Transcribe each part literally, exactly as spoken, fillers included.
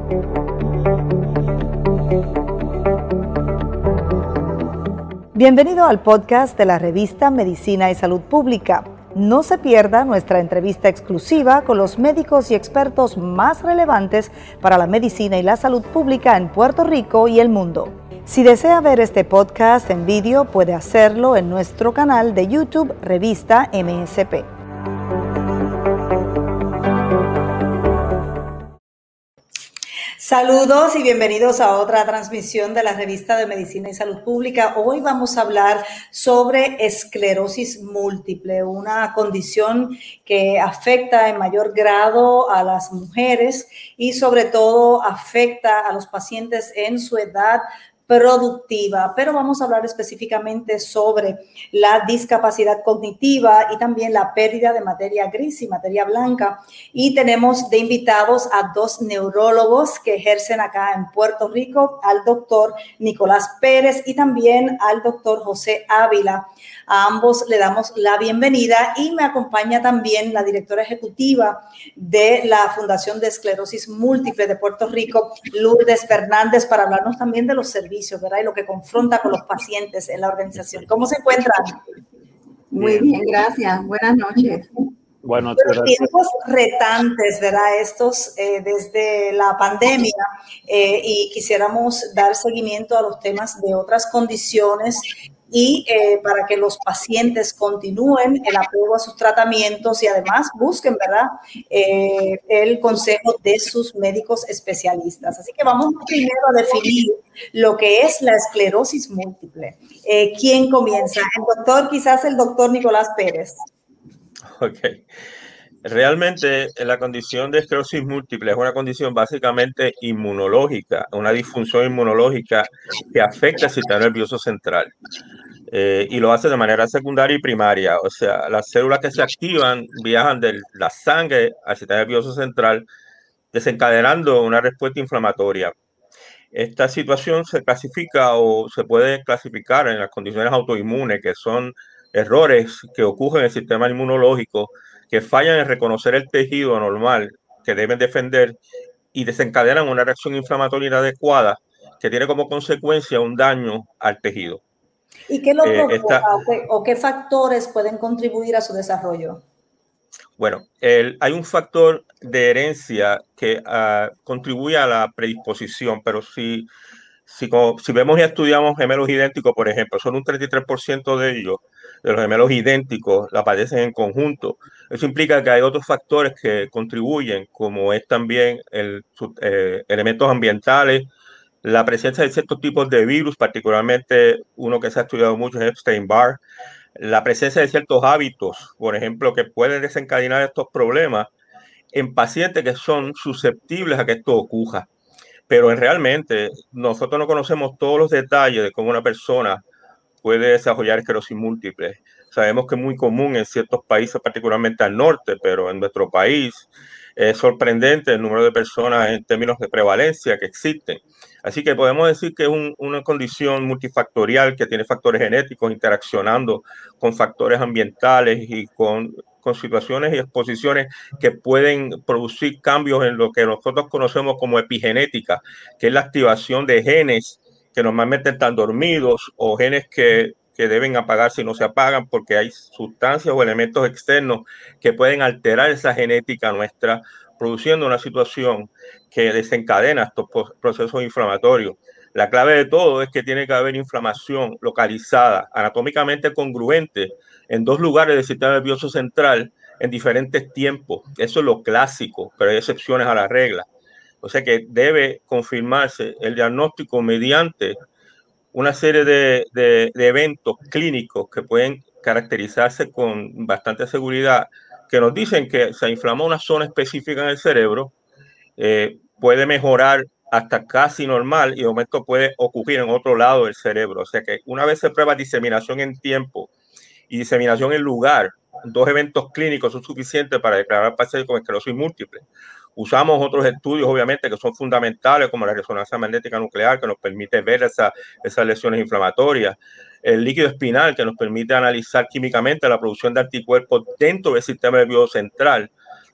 Bienvenido al podcast de la revista Medicina y Salud Pública. No se pierda nuestra entrevista exclusiva con los médicos y expertos más relevantes para la medicina y la salud pública en Puerto Rico y el mundo. Si desea ver este podcast en vídeo, puede hacerlo en nuestro canal de YouTube Revista M S P. Saludos y bienvenidos a otra transmisión de la revista de Medicina y Salud Pública. Hoy vamos a hablar sobre esclerosis múltiple, una condición que afecta en mayor grado a las mujeres y sobre todo afecta a los pacientes en su edad productiva, pero vamos a hablar específicamente sobre la discapacidad cognitiva y también la pérdida de materia gris y materia blanca. Y tenemos de invitados a dos neurólogos que ejercen acá en Puerto Rico, al doctor Nicolás Pérez y también al doctor José Ávila. A ambos le damos la bienvenida y me acompaña también la directora ejecutiva de la Fundación de Esclerosis Múltiple de Puerto Rico, Lourdes Fernández, para hablarnos también de los servicios, ¿verdad? Y lo que confronta con los pacientes en la organización. ¿Cómo se encuentran? Muy bien, gracias. Buenas noches. Bueno, tiempos retantes, ¿verdad? Estos eh, desde la pandemia eh, y quisiéramos dar seguimiento a los temas de otras condiciones y eh, para que los pacientes continúen el apego a sus tratamientos y además busquen, ¿verdad?, eh, el consejo de sus médicos especialistas. Así que vamos primero a definir lo que es la esclerosis múltiple. Eh, ¿Quién comienza? El doctor, quizás el doctor Nicolás Pérez. Ok. Realmente la condición de esclerosis múltiple es una condición básicamente inmunológica, una disfunción inmunológica que afecta el sistema nervioso central. Eh, y lo hace de manera secundaria y primaria, o sea, las células que se activan viajan de la sangre al sistema nervioso central, desencadenando una respuesta inflamatoria. Esta situación se clasifica o se puede clasificar en las condiciones autoinmunes, que son errores que ocurren en el sistema inmunológico, que fallan en reconocer el tejido normal que deben defender y desencadenan una reacción inflamatoria inadecuada que tiene como consecuencia un daño al tejido. ¿Y qué lo provoca eh, esta, o, qué, o qué factores pueden contribuir a su desarrollo? Bueno, el, hay un factor de herencia que uh, contribuye a la predisposición, pero si, si, como, si vemos y estudiamos gemelos idénticos, por ejemplo, son un treinta y tres por ciento de ellos, de los gemelos idénticos, la padecen en conjunto. Eso implica que hay otros factores que contribuyen, como es también el, eh, elementos ambientales, la presencia de ciertos tipos de virus, particularmente uno que se ha estudiado mucho es Epstein-Barr, la presencia de ciertos hábitos, por ejemplo, que pueden desencadenar estos problemas en pacientes que son susceptibles a que esto ocurra. Pero en realmente nosotros no conocemos todos los detalles de cómo una persona puede desarrollar esclerosis múltiple. Sabemos que es muy común en ciertos países, particularmente al norte, pero en nuestro país es sorprendente el número de personas en términos de prevalencia que existen. Así que podemos decir que es un, una condición multifactorial que tiene factores genéticos interaccionando con factores ambientales y con, con situaciones y exposiciones que pueden producir cambios en lo que nosotros conocemos como epigenética, que es la activación de genes que normalmente están dormidos o genes que, que deben apagarse y no se apagan porque hay sustancias o elementos externos que pueden alterar esa genética nuestra, produciendo una situación que desencadena estos procesos inflamatorios. La clave de todo es que tiene que haber inflamación localizada, anatómicamente congruente, en dos lugares del sistema nervioso central en diferentes tiempos. Eso es lo clásico, pero hay excepciones a la regla. O sea que debe confirmarse el diagnóstico mediante una serie de, de, de eventos clínicos que pueden caracterizarse con bastante seguridad, que nos dicen que se inflamó una zona específica en el cerebro, eh, puede mejorar hasta casi normal y de momento puede ocurrir en otro lado del cerebro. O sea que una vez se prueba diseminación en tiempo y diseminación en lugar, dos eventos clínicos son suficientes para declarar al paciente con esclerosis múltiple. Usamos otros estudios, obviamente, que son fundamentales, como la resonancia magnética nuclear, que nos permite ver esa, esas lesiones inflamatorias. El líquido espinal, que nos permite analizar químicamente la producción de anticuerpos dentro del sistema nervioso central.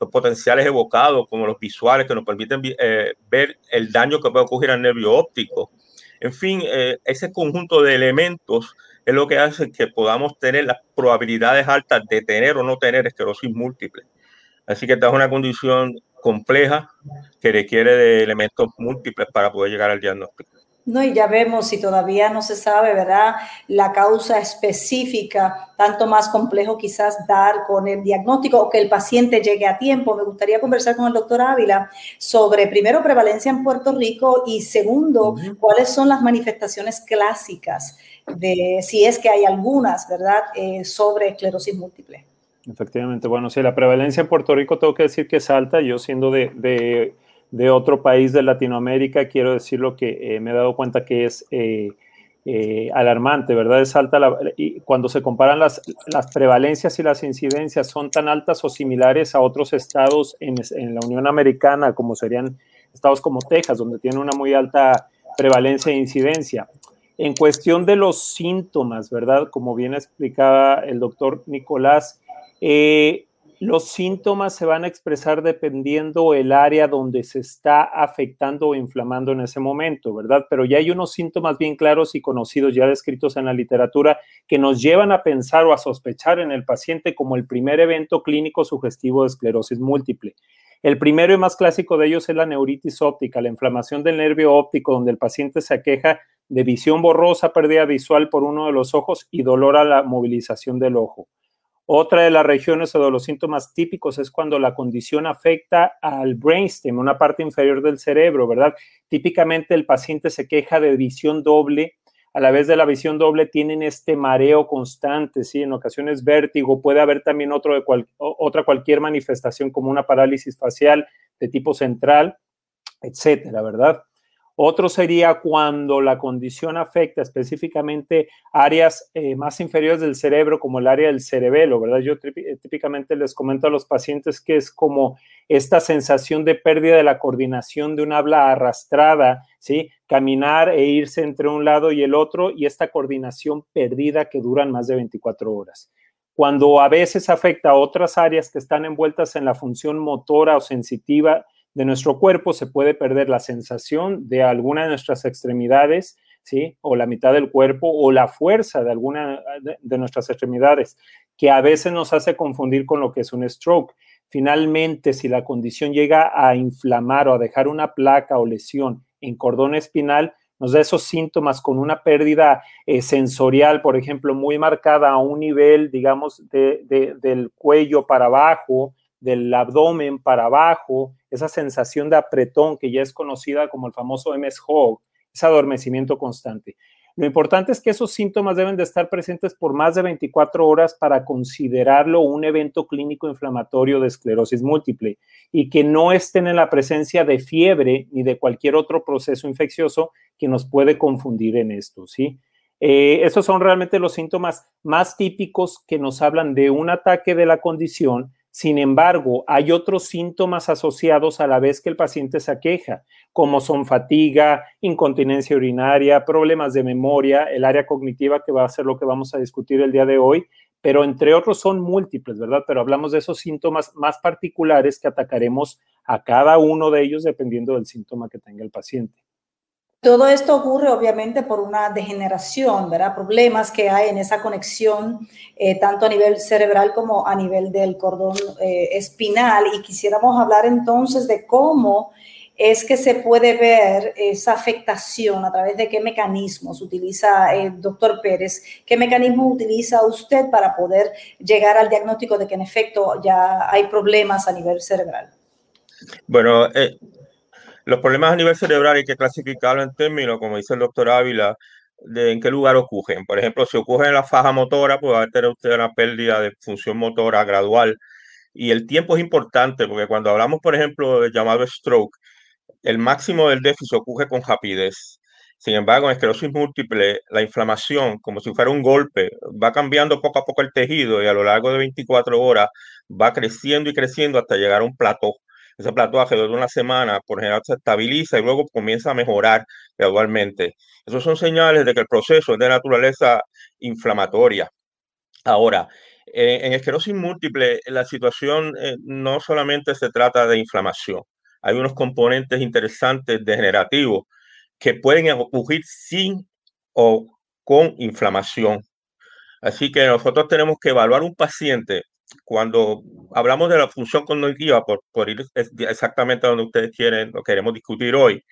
los potenciales evocados, como los visuales que nos permiten eh, ver el daño que puede ocurrir al nervio óptico. En fin, eh, ese conjunto de elementos es lo que hace que podamos tener las probabilidades altas de tener o no tener esclerosis múltiple. Así que esta es una condición compleja que requiere de elementos múltiples para poder llegar al diagnóstico. No, y ya vemos, si todavía no se sabe, ¿verdad?, la causa específica, tanto más complejo quizás dar con el diagnóstico o que el paciente llegue a tiempo. Me gustaría conversar con el doctor Ávila sobre, primero, prevalencia en Puerto Rico y, segundo, uh-huh. cuáles son las manifestaciones clásicas de, si es que hay algunas, ¿verdad?, eh, sobre esclerosis múltiple. Efectivamente, bueno, sí, la prevalencia en Puerto Rico tengo que decir que es alta. Yo siendo de... de de otro país de Latinoamérica, quiero decirlo que eh, me he dado cuenta que es eh, eh, alarmante, ¿verdad? Es alta la, y cuando se comparan las, las prevalencias y las incidencias son tan altas o similares a otros estados en, en la Unión Americana, como serían estados como Texas, donde tiene una muy alta prevalencia e incidencia. En cuestión de los síntomas, ¿verdad? Como bien explicaba el doctor Nicolás, eh, los síntomas se van a expresar dependiendo el área donde se está afectando o inflamando en ese momento, ¿verdad? Pero ya hay unos síntomas bien claros y conocidos, ya descritos en la literatura, que nos llevan a pensar o a sospechar en el paciente como el primer evento clínico sugestivo de esclerosis múltiple. El primero y más clásico de ellos es la neuritis óptica, la inflamación del nervio óptico, donde el paciente se aqueja de visión borrosa, pérdida visual por uno de los ojos y dolor a la movilización del ojo. Otra de las regiones o de los síntomas típicos es cuando la condición afecta al brainstem, una parte inferior del cerebro, ¿verdad? Típicamente el paciente se queja de visión doble, a la vez de la visión doble tienen este mareo constante, ¿sí? En ocasiones vértigo, puede haber también otro de cual, otra cualquier manifestación como una parálisis facial de tipo central, etcétera, ¿verdad? Otro sería cuando la condición afecta específicamente áreas eh, más inferiores del cerebro, como el área del cerebelo, ¿verdad? Yo típicamente les comento a los pacientes que es como esta sensación de pérdida de la coordinación de un habla arrastrada, ¿sí? Caminar e irse entre un lado y el otro y esta coordinación perdida que duran más de veinticuatro horas. Cuando a veces afecta a otras áreas que están envueltas en la función motora o sensitiva de nuestro cuerpo, se puede perder la sensación de alguna de nuestras extremidades, ¿sí? O la mitad del cuerpo o la fuerza de alguna de, de nuestras extremidades, que a veces nos hace confundir con lo que es un stroke. Finalmente, si la condición llega a inflamar o a dejar una placa o lesión en cordón espinal, nos da esos síntomas con una pérdida eh, sensorial, por ejemplo, muy marcada a un nivel, digamos, de, de, del cuello para abajo, del abdomen para abajo, esa sensación de apretón que ya es conocida como el famoso M S Hog, ese adormecimiento constante. Lo importante es que esos síntomas deben de estar presentes por más de veinticuatro horas para considerarlo un evento clínico inflamatorio de esclerosis múltiple y que no estén en la presencia de fiebre ni de cualquier otro proceso infeccioso que nos puede confundir en esto, ¿sí? Eh, esos son realmente los síntomas más típicos que nos hablan de un ataque de la condición. Sin embargo, hay otros síntomas asociados a la vez que el paciente se aqueja, como son fatiga, incontinencia urinaria, problemas de memoria, el área cognitiva, que va a ser lo que vamos a discutir el día de hoy, pero entre otros son múltiples, ¿verdad? Pero hablamos de esos síntomas más particulares que atacaremos a cada uno de ellos dependiendo del síntoma que tenga el paciente. Todo esto ocurre obviamente por una degeneración, ¿verdad? Problemas que hay en esa conexión, eh, tanto a nivel cerebral como a nivel del cordón eh, espinal. Y quisiéramos hablar entonces de cómo es que se puede ver esa afectación, a través de qué mecanismos utiliza el doctor Pérez, qué mecanismos utiliza usted para poder llegar al diagnóstico de que en efecto ya hay problemas a nivel cerebral. Bueno, eh, los problemas a nivel cerebral hay que clasificarlo en términos, como dice el doctor Ávila, de en qué lugar ocurren. Por ejemplo, si ocurre en la faja motora, pues va a tener usted una pérdida de función motora gradual. Y el tiempo es importante, porque cuando hablamos, por ejemplo, del llamado stroke, el máximo del déficit ocurre con rapidez. Sin embargo, en esclerosis múltiple, la inflamación, como si fuera un golpe, va cambiando poco a poco el tejido y a lo largo de veinticuatro horas va creciendo y creciendo hasta llegar a un plató. Ese plató alrededor de una semana, por general, se estabiliza y luego comienza a mejorar gradualmente. Esos son señales de que el proceso es de naturaleza inflamatoria. Ahora, Eh, en esclerosis múltiple, la situación eh, no solamente se trata de inflamación, hay unos componentes interesantes degenerativos que pueden ocurrir sin o con inflamación. Así que nosotros tenemos que evaluar un paciente cuando hablamos de la función cognitiva, por, por ir exactamente a donde ustedes quieren, lo queremos discutir hoy.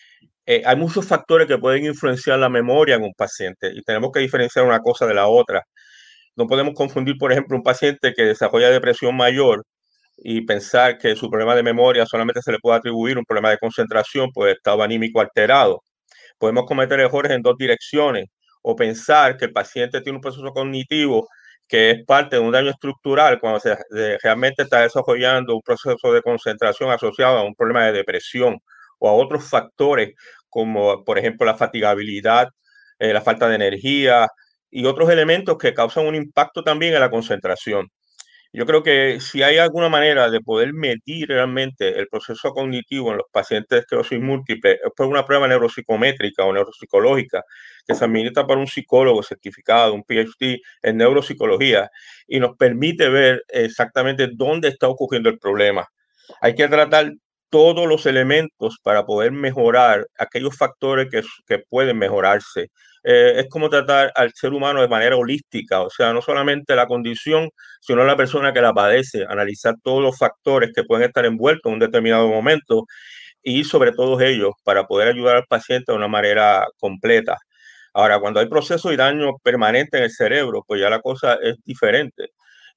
Eh, hay muchos factores que pueden influenciar la memoria en un paciente y tenemos que diferenciar una cosa de la otra. No podemos confundir, por ejemplo, un paciente que desarrolla depresión mayor y pensar que su problema de memoria solamente se le puede atribuir un problema de concentración por estado anímico alterado. Podemos cometer errores en dos direcciones o pensar que el paciente tiene un proceso cognitivo que es parte de un daño estructural cuando se, de, realmente está desarrollando un proceso de concentración asociado a un problema de depresión o a otros factores como, por ejemplo, la fatigabilidad, eh, la falta de energía y otros elementos que causan un impacto también en la concentración. Yo creo que si hay alguna manera de poder medir realmente el proceso cognitivo en los pacientes de esclerosis múltiple, es por una prueba neuropsicométrica o neuropsicológica que se administra por un psicólogo certificado, un P H D en neuropsicología, y nos permite ver exactamente dónde está ocurriendo el problema. Hay que tratar todos los elementos para poder mejorar aquellos factores que, que pueden mejorarse. Eh, es como tratar al ser humano de manera holística, o sea, no solamente la condición, sino la persona que la padece, analizar todos los factores que pueden estar envueltos en un determinado momento y sobre todos ellos para poder ayudar al paciente de una manera completa. Ahora, cuando hay proceso y daño permanente en el cerebro, pues ya la cosa es diferente.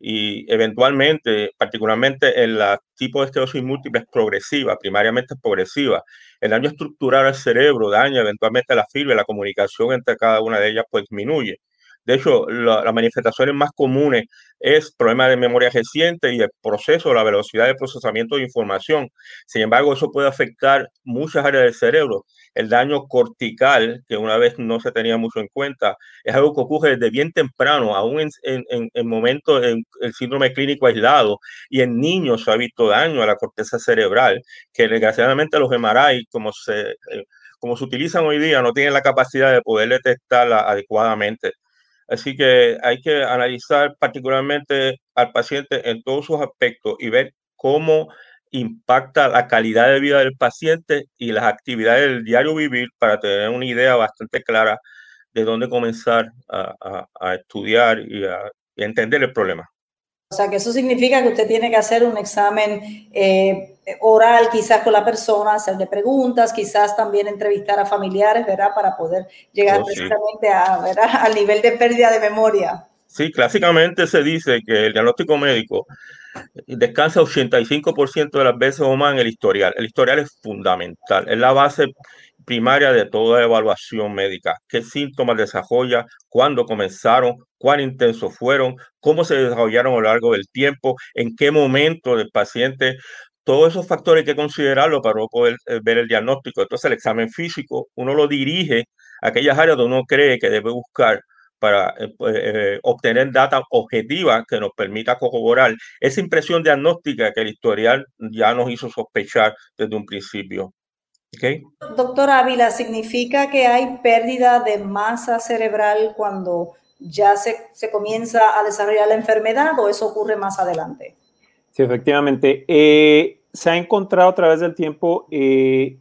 Y eventualmente, particularmente en la tipo de esclerosis múltiple progresiva, primariamente progresiva, el daño estructural al cerebro daña eventualmente la fibra y la comunicación entre cada una de ellas pues disminuye. De hecho, la, las manifestaciones más comunes es problemas de memoria reciente y el proceso, la velocidad de procesamiento de información. Sin embargo, eso puede afectar muchas áreas del cerebro. El daño cortical, que una vez no se tenía mucho en cuenta, es algo que ocurre desde bien temprano, aún en, en, en momentos en el síndrome clínico aislado, y en niños se ha visto daño a la corteza cerebral, que desgraciadamente los M R I, como se, como se utilizan hoy día, no tienen la capacidad de poder detectarla adecuadamente. Así que hay que analizar particularmente al paciente en todos sus aspectos y ver cómo impacta la calidad de vida del paciente y las actividades del diario vivir para tener una idea bastante clara de dónde comenzar a, a, a estudiar y a, y a entender el problema. O sea, que eso significa que usted tiene que hacer un examen eh, oral quizás con la persona, hacerle preguntas, quizás también entrevistar a familiares, ¿verdad? Para poder llegar oh, precisamente sí. a, ¿verdad? al nivel de pérdida de memoria. Sí, clásicamente se dice que el diagnóstico médico descansa ochenta y cinco por ciento de las veces o más en el historial. El historial es fundamental, es la base primaria de toda evaluación médica. ¿Qué síntomas desarrolla? ¿Cuándo comenzaron? ¿Cuán intensos fueron? ¿Cómo se desarrollaron a lo largo del tiempo? ¿En qué momento del paciente? Todos esos factores hay que considerarlo para poder ver el diagnóstico. Entonces el examen físico uno lo dirige a aquellas áreas donde uno cree que debe buscar para eh, eh, obtener data objetiva que nos permita corroborar esa impresión diagnóstica que el historial ya nos hizo sospechar desde un principio. ¿Okay? Doctor Ávila, ¿significa que hay pérdida de masa cerebral cuando ya se, se comienza a desarrollar la enfermedad o eso ocurre más adelante? Sí, efectivamente. Eh, se ha encontrado a través del tiempo, eh,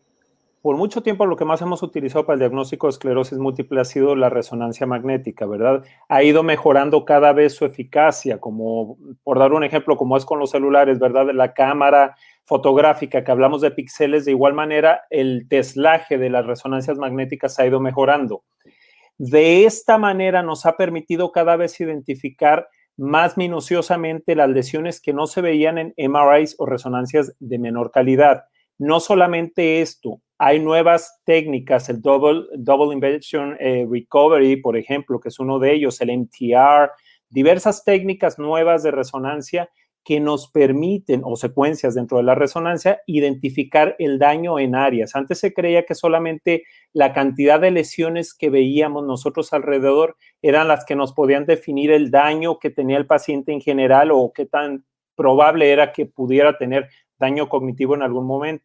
por mucho tiempo lo que más hemos utilizado para el diagnóstico de esclerosis múltiple ha sido la resonancia magnética, ¿verdad? Ha ido mejorando cada vez su eficacia, como por dar un ejemplo, como es con los celulares, ¿verdad? La cámara fotográfica, que hablamos de píxeles, de igual manera el teslaje de las resonancias magnéticas ha ido mejorando. De esta manera nos ha permitido cada vez identificar más minuciosamente las lesiones que no se veían en M R Is o resonancias de menor calidad. No solamente esto, hay nuevas técnicas, el Double, double Inversion eh, Recovery, por ejemplo, que es uno de ellos, el M T R, diversas técnicas nuevas de resonancia que nos permiten, o secuencias dentro de la resonancia, identificar el daño en áreas. Antes se creía que solamente la cantidad de lesiones que veíamos nosotros alrededor eran las que nos podían definir el daño que tenía el paciente en general o qué tan probable era que pudiera tener daño cognitivo en algún momento.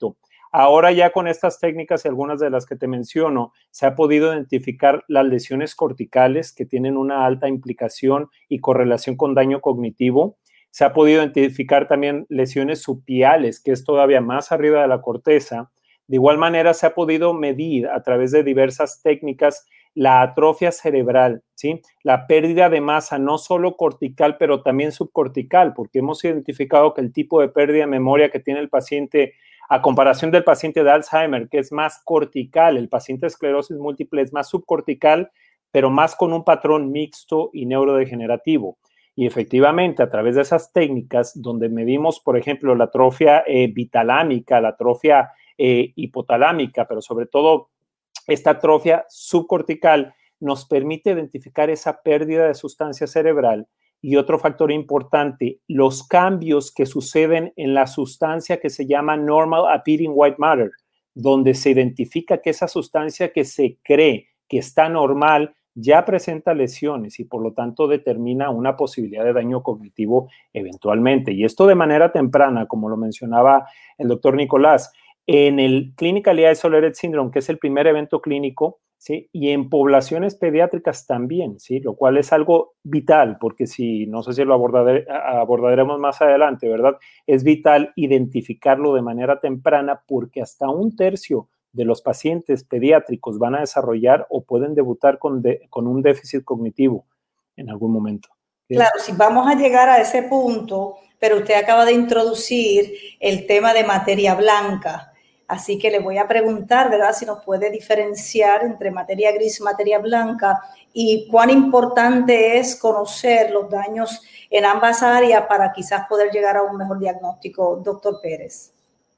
Ahora ya con estas técnicas y algunas de las que te menciono, se ha podido identificar las lesiones corticales que tienen una alta implicación y correlación con daño cognitivo. Se ha podido identificar también lesiones supiales, que es todavía más arriba de la corteza. De igual manera, se ha podido medir a través de diversas técnicas la atrofia cerebral, ¿sí? La pérdida de masa, no solo cortical, pero también subcortical, porque hemos identificado que el tipo de pérdida de memoria que tiene el paciente, a comparación del paciente de Alzheimer, que es más cortical, el paciente de esclerosis múltiple es más subcortical, pero más con un patrón mixto y neurodegenerativo. Y efectivamente, a través de esas técnicas, donde medimos, por ejemplo, la atrofia eh, bitalámica, la atrofia eh, hipotalámica, pero sobre todo esta atrofia subcortical, nos permite identificar esa pérdida de sustancia cerebral. Y otro factor importante, los cambios que suceden en la sustancia que se llama normal appearing white matter, donde se identifica que esa sustancia que se cree que está normal ya presenta lesiones y por lo tanto determina una posibilidad de daño cognitivo eventualmente. Y esto de manera temprana, como lo mencionaba el doctor Nicolás, en el Clinically Isolated Syndrome, que es el primer evento clínico, ¿sí? Y en poblaciones pediátricas también, ¿sí? Lo cual es algo vital, porque si, no sé si lo abordare, abordaremos más adelante, ¿verdad? Es vital identificarlo de manera temprana porque hasta un tercio de los pacientes pediátricos van a desarrollar o pueden debutar con, de, con un déficit cognitivo en algún momento. ¿Sí? Claro, si vamos a llegar a ese punto, pero usted acaba de introducir el tema de materia blanca. Así que le voy a preguntar, ¿verdad?, si nos puede diferenciar entre materia gris y materia blanca y cuán importante es conocer los daños en ambas áreas para quizás poder llegar a un mejor diagnóstico, doctor Pérez.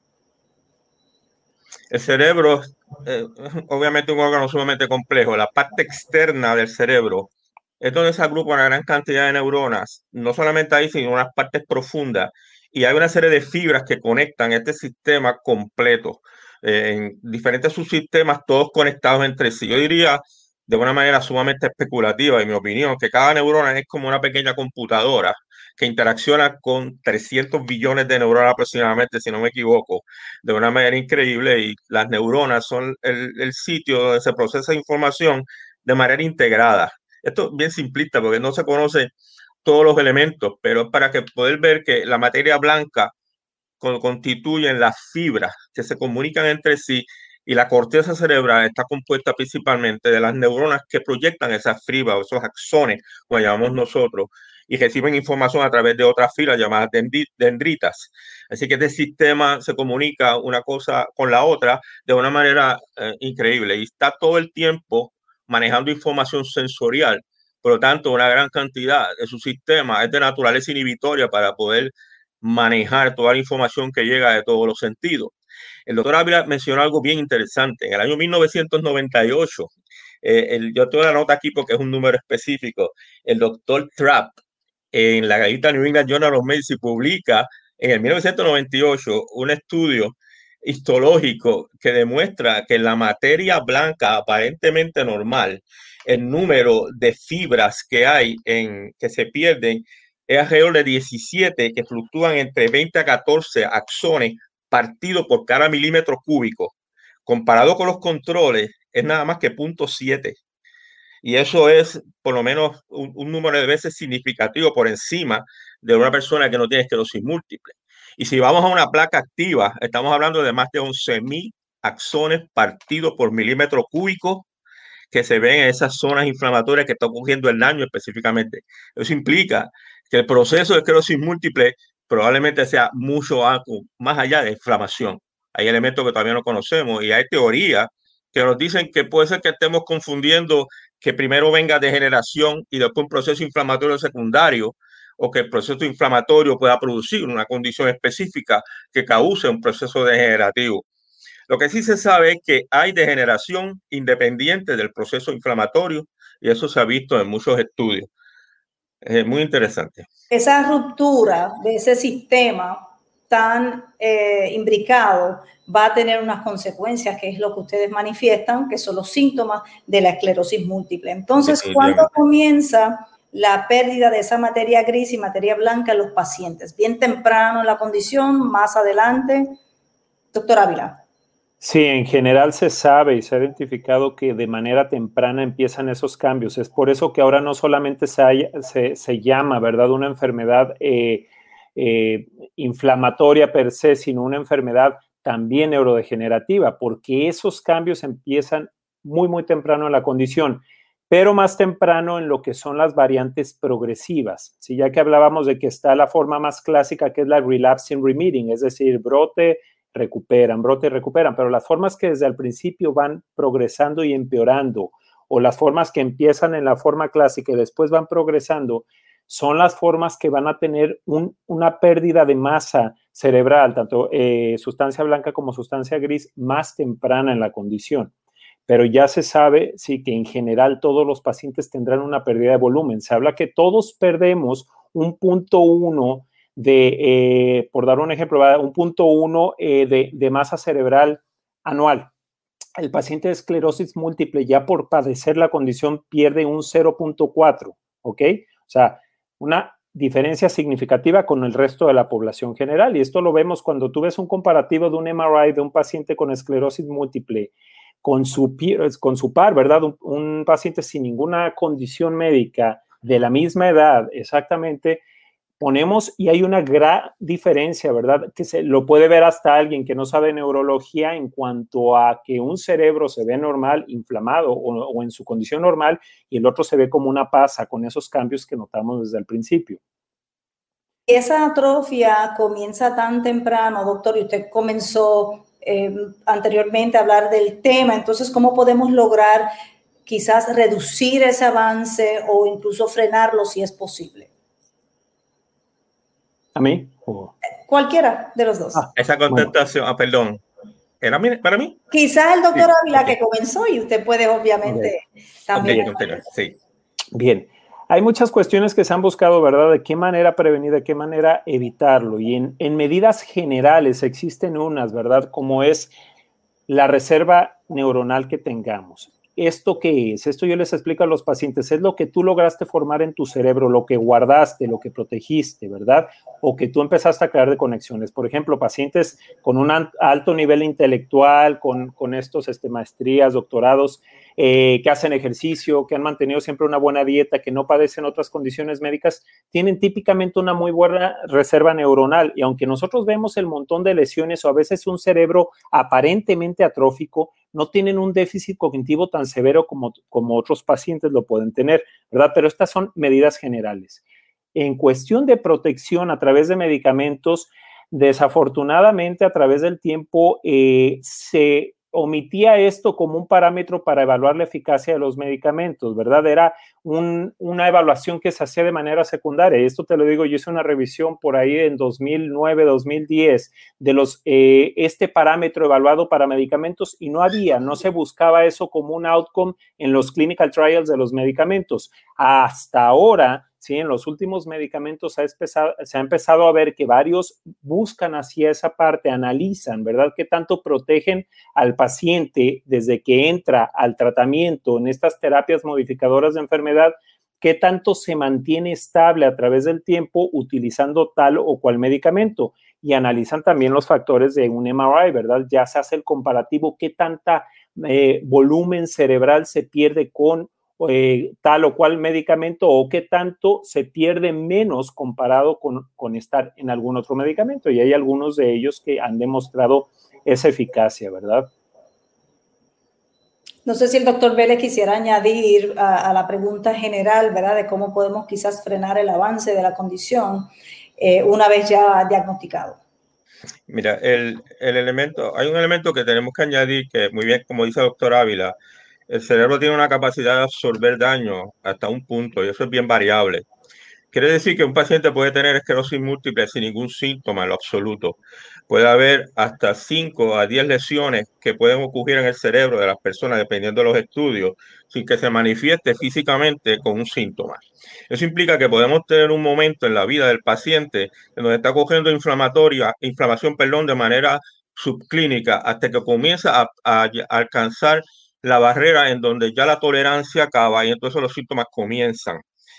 El cerebro, eh, obviamente un órgano sumamente complejo. La parte externa del cerebro es donde se agrupa una gran cantidad de neuronas, no solamente ahí, sino unas partes profundas. Y hay una serie de fibras que conectan este sistema completo, eh, en diferentes subsistemas, todos conectados entre sí. Yo diría, de una manera sumamente especulativa, en mi opinión, que cada neurona es como una pequeña computadora que interacciona con trescientos billones de neuronas aproximadamente, si no me equivoco, de una manera increíble. Y las neuronas son el, el sitio donde se procesa información de manera integrada. Esto es bien simplista porque no se conoce todos los elementos, pero es para que poder ver que la materia blanca constituyen las fibras que se comunican entre sí y la corteza cerebral está compuesta principalmente de las neuronas que proyectan esas fibras, esos axones, como llamamos nosotros, y reciben información a través de otras fibras llamadas dendritas. Así que este sistema se comunica una cosa con la otra de una manera eh, increíble y está todo el tiempo manejando información sensorial. Por lo tanto, una gran cantidad de su sistema es de naturaleza inhibitoria para poder manejar toda la información que llega de todos los sentidos. El doctor Ávila mencionó algo bien interesante. En el año mil novecientos noventa y ocho, eh, el, yo tengo la nota aquí porque es un número específico, el doctor Trapp en la revista New England Journal of Medicine publica en el mil novecientos noventa y ocho un estudio histológico que demuestra que en la materia blanca aparentemente normal, el número de fibras que hay en que se pierden es alrededor de diecisiete, que fluctúan entre veinte a catorce axones partidos por cada milímetro cúbico. Comparado con los controles, es nada más que cero punto siete. Y eso es por lo menos un, un número de veces significativo por encima de una persona que no tiene esclerosis múltiple. Y si vamos a una placa activa, estamos hablando de más de once mil axones partidos por milímetro cúbico que se ven en esas zonas inflamatorias que está ocurriendo el daño específicamente. Eso implica que el proceso de esclerosis múltiple probablemente sea mucho más allá de inflamación. Hay elementos que todavía no conocemos y hay teorías que nos dicen que puede ser que estemos confundiendo que primero venga degeneración y después un proceso inflamatorio secundario, o que el proceso inflamatorio pueda producir una condición específica que cause un proceso degenerativo. Lo que sí se sabe es que hay degeneración independiente del proceso inflamatorio y eso se ha visto en muchos estudios. Es muy interesante. Esa ruptura de ese sistema tan eh, imbricado va a tener unas consecuencias, que es lo que ustedes manifiestan, que son los síntomas de la esclerosis múltiple. Entonces, ¿cuándo comienza la pérdida de esa materia gris y materia blanca en los pacientes? ¿Bien temprano en la condición? ¿Más adelante? Doctor Ávila. Sí, en general se sabe y se ha identificado que de manera temprana empiezan esos cambios. Es por eso que ahora no solamente se, haya, se, se llama, ¿verdad?, una enfermedad eh, eh, inflamatoria per se, sino una enfermedad también neurodegenerativa, porque esos cambios empiezan muy, muy temprano en la condición, pero más temprano en lo que son las variantes progresivas. ¿Sí? Ya que hablábamos de que está la forma más clásica, que es la relapsing remitting, es decir, brote, recuperan, brote y recuperan, pero las formas que desde el principio van progresando y empeorando, o las formas que empiezan en la forma clásica y después van progresando, son las formas que van a tener un, una pérdida de masa cerebral, tanto eh, sustancia blanca como sustancia gris, más temprana en la condición. Pero ya se sabe, sí, que en general todos los pacientes tendrán una pérdida de volumen. Se habla que todos perdemos un punto uno de, eh, por dar un ejemplo, un punto uno eh, de, de masa cerebral anual. El paciente de esclerosis múltiple ya por padecer la condición pierde un cero punto cuatro, ¿ok? O sea, una diferencia significativa con el resto de la población general. Y esto lo vemos cuando tú ves un comparativo de un M R I de un paciente con esclerosis múltiple con su, con su par, ¿verdad? Un, un paciente sin ninguna condición médica de la misma edad, exactamente, ponemos y hay una gran diferencia, ¿verdad? Que se lo puede ver hasta alguien que no sabe neurología en cuanto a que un cerebro se ve normal, inflamado o, o en su condición normal y el otro se ve como una pasa con esos cambios que notamos desde el principio. Esa atrofia comienza tan temprano, doctor, y usted comenzó eh, anteriormente a hablar del tema, entonces, ¿cómo podemos lograr quizás reducir ese avance o incluso frenarlo si es posible? ¿A mí? ¿O? Cualquiera de los dos. Ah, esa contestación, bueno. ah, perdón, ¿era para mí? Quizás el doctor sí, Ávila okay. que comenzó y usted puede obviamente okay. también. Okay, sí. Bien, hay muchas cuestiones que se han buscado, ¿verdad? De qué manera prevenir, de qué manera evitarlo. Y en, en medidas generales existen unas, ¿verdad? Como es la reserva neuronal que tengamos. ¿Esto qué es? Esto yo les explico a los pacientes. Es lo que tú lograste formar en tu cerebro, lo que guardaste, lo que protegiste, ¿verdad? O que tú empezaste a crear de conexiones. Por ejemplo, pacientes con un alto nivel intelectual, con, con estos este, maestrías, doctorados, eh, que hacen ejercicio, que han mantenido siempre una buena dieta, que no padecen otras condiciones médicas, tienen típicamente una muy buena reserva neuronal. Y aunque nosotros vemos el montón de lesiones o a veces un cerebro aparentemente atrófico, no tienen un déficit cognitivo tan severo como, como otros pacientes lo pueden tener, ¿verdad? Pero estas son medidas generales. En cuestión de protección a través de medicamentos, desafortunadamente a través del tiempo eh, se omitía esto como un parámetro para evaluar la eficacia de los medicamentos, ¿verdad? Era un, una evaluación que se hacía de manera secundaria. Y esto te lo digo, yo hice una revisión por ahí en dos mil nueve, dos mil diez de los, eh, este parámetro evaluado para medicamentos y no había, no se buscaba eso como un outcome en los clinical trials de los medicamentos. Hasta ahora, sí, en los últimos medicamentos se ha, empezado, se ha empezado a ver que varios buscan hacia esa parte, analizan, ¿verdad? ¿Qué tanto protegen al paciente desde que entra al tratamiento en estas terapias modificadoras de enfermedad? ¿Qué tanto se mantiene estable a través del tiempo utilizando tal o cual medicamento? Y analizan también los factores de un M R I, ¿verdad? Ya se hace el comparativo, qué tanta eh, volumen cerebral se pierde con Eh, tal o cual medicamento o qué tanto se pierde menos comparado con, con estar en algún otro medicamento. Y hay algunos de ellos que han demostrado esa eficacia, ¿verdad? No sé si el doctor Vélez quisiera añadir a, a la pregunta general, ¿verdad? De cómo podemos quizás frenar el avance de la condición eh, una vez ya diagnosticado. Mira, el, el elemento, hay un elemento que tenemos que añadir que muy bien, como dice el doctor Ávila, el cerebro tiene una capacidad de absorber daño hasta un punto y eso es bien variable. Quiere decir que un paciente puede tener esclerosis múltiple sin ningún síntoma en lo absoluto. Puede haber hasta cinco a diez lesiones que pueden ocurrir en el cerebro de las personas, dependiendo de los estudios, sin que se manifieste físicamente con un síntoma. Eso implica que podemos tener un momento en la vida del paciente en donde está cogiendo inflamatoria, inflamación perdón, de manera subclínica hasta que comienza a, a, a alcanzar la barrera en donde ya la tolerancia acaba y entonces los síntomas comienzan.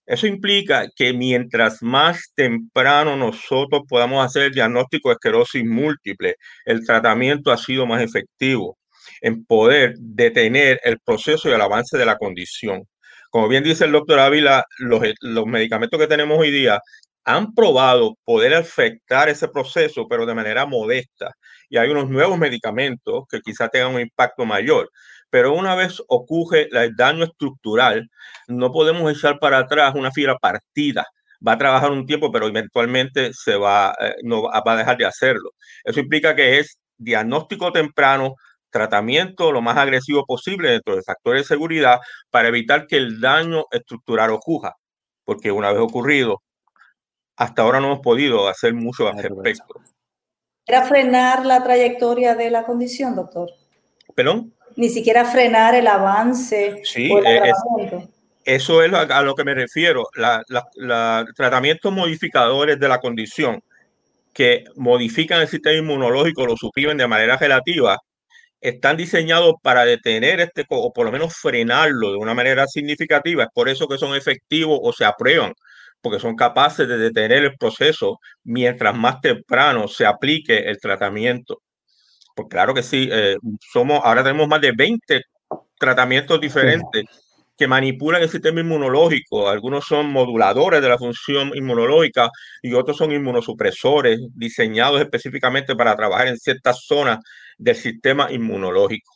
Eso implica que mientras más temprano nosotros podamos hacer el diagnóstico de esclerosis múltiple, el tratamiento ha sido más efectivo en poder detener el proceso y el avance de la condición. Como bien dice el doctor Ávila, los, los medicamentos que tenemos hoy día han probado poder afectar ese proceso, pero de manera modesta. Y hay unos nuevos medicamentos que quizás tengan un impacto mayor. Pero una vez ocurre el daño estructural, no podemos echar para atrás una fibra partida. Va a trabajar un tiempo, pero eventualmente se va, eh, no va a dejar de hacerlo. Eso implica que es diagnóstico temprano, tratamiento lo más agresivo posible dentro de factores de seguridad para evitar que el daño estructural ocurra. Porque una vez ocurrido, hasta ahora no hemos podido hacer mucho al respecto. ¿Era frenar la trayectoria de la condición, doctor? ¿Perdón? Ni siquiera frenar el avance. Sí, o el es, agravamiento. Eso es a, a lo que me refiero. La, la, la, tratamientos modificadores de la condición que modifican el sistema inmunológico, lo suprimen de manera relativa, están diseñados para detener este, o por lo menos frenarlo de una manera significativa. Es por eso que son efectivos o se aprueban, porque son capaces de detener el proceso mientras más temprano se aplique el tratamiento. Pues claro que sí, eh, somos, ahora tenemos más de veinte tratamientos diferentes que manipulan el sistema inmunológico. Algunos son moduladores de la función inmunológica y otros son inmunosupresores diseñados específicamente para trabajar en ciertas zonas del sistema inmunológico.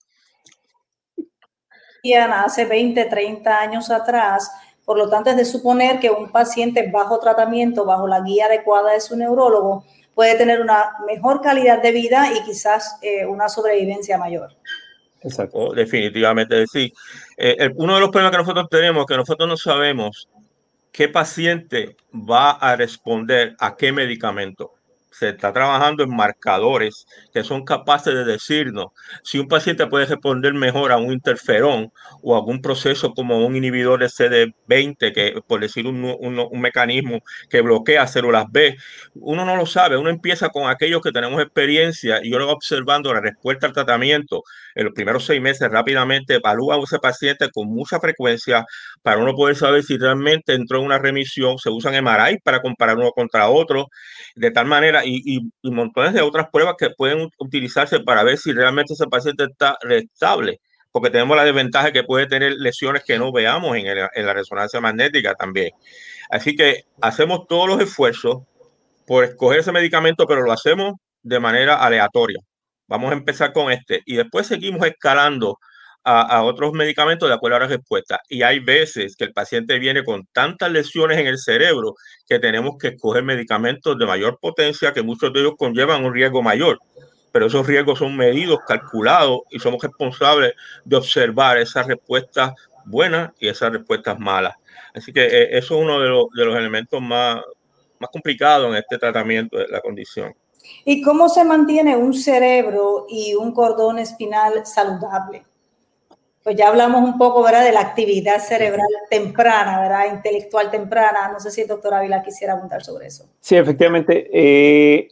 Hace veinte, treinta años atrás, por lo tanto es de suponer que un paciente bajo tratamiento, bajo la guía adecuada de su neurólogo, puede tener una mejor calidad de vida y quizás eh, una sobrevivencia mayor. Exacto. Oh, definitivamente, sí. Eh, el, uno de los problemas que nosotros tenemos es que nosotros no sabemos qué paciente va a responder a qué medicamento. Se está trabajando en marcadores que son capaces de decirnos si un paciente puede responder mejor a un interferón o a algún proceso como un inhibidor de C D veinte, que por decir un, un, un mecanismo que bloquea células B. Uno no lo sabe, uno empieza con aquellos que tenemos experiencia y yo lo voy observando la respuesta al tratamiento. En los primeros seis meses rápidamente evalúa a ese paciente con mucha frecuencia para uno poder saber si realmente entró en una remisión. Se usan M R I para comparar uno contra otro, de tal manera, y, y, y montones de otras pruebas que pueden utilizarse para ver si realmente ese paciente está estable, porque tenemos la desventaja que puede tener lesiones que no veamos en, el, en la resonancia magnética también. Así que hacemos todos los esfuerzos por escoger ese medicamento, pero lo hacemos de manera aleatoria. Vamos a empezar con este y después seguimos escalando A, a otros medicamentos de acuerdo a la respuesta. Y hay veces que el paciente viene con tantas lesiones en el cerebro que tenemos que escoger medicamentos de mayor potencia, que muchos de ellos conllevan un riesgo mayor. Pero esos riesgos son medidos, calculados, y somos responsables de observar esas respuestas buenas y esas respuestas malas. Así que eh, eso es uno de los, de los elementos más, más complicados en este tratamiento de la condición. ¿Y cómo se mantiene un cerebro y un cordón espinal saludable? Pues ya hablamos un poco, ¿verdad?, de la actividad cerebral temprana, ¿verdad?, intelectual temprana. No sé si el doctor Ávila quisiera abundar sobre eso. Sí, efectivamente. Eh,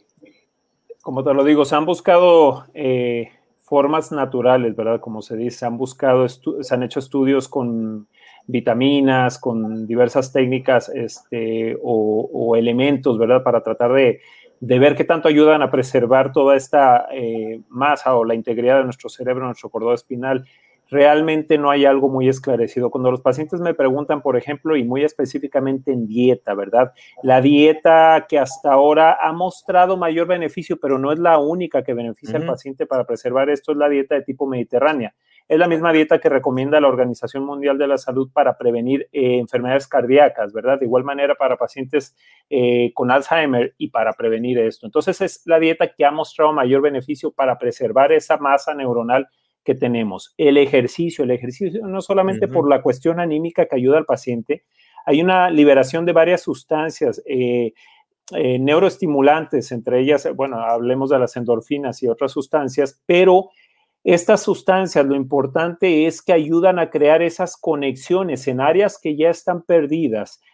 como te lo digo, se han buscado eh, formas naturales, ¿verdad? Como se dice, se han buscado, se han hecho estudios con vitaminas, con diversas técnicas este, o, o elementos, ¿verdad?, para tratar de, de ver qué tanto ayudan a preservar toda esta eh, masa o la integridad de nuestro cerebro, nuestro cordón espinal. Realmente no hay algo muy esclarecido. Cuando los pacientes me preguntan, por ejemplo, y muy específicamente en dieta, ¿verdad? La dieta que hasta ahora ha mostrado mayor beneficio, pero no es la única que beneficia uh-huh. al paciente para preservar esto, es la dieta de tipo mediterránea. Es la misma dieta que recomienda la Organización Mundial de la Salud para prevenir eh, enfermedades cardíacas, ¿verdad? De igual manera para pacientes eh, con Alzheimer y para prevenir esto. Entonces es la dieta que ha mostrado mayor beneficio para preservar esa masa neuronal que tenemos. El ejercicio, el ejercicio no solamente uh-huh. por la cuestión anímica que ayuda al paciente, hay una liberación de varias sustancias eh, eh, neuroestimulantes, entre ellas, bueno, hablemos de las endorfinas y otras sustancias, pero estas sustancias, lo importante es que ayudan a crear esas conexiones en áreas que ya están perdidas.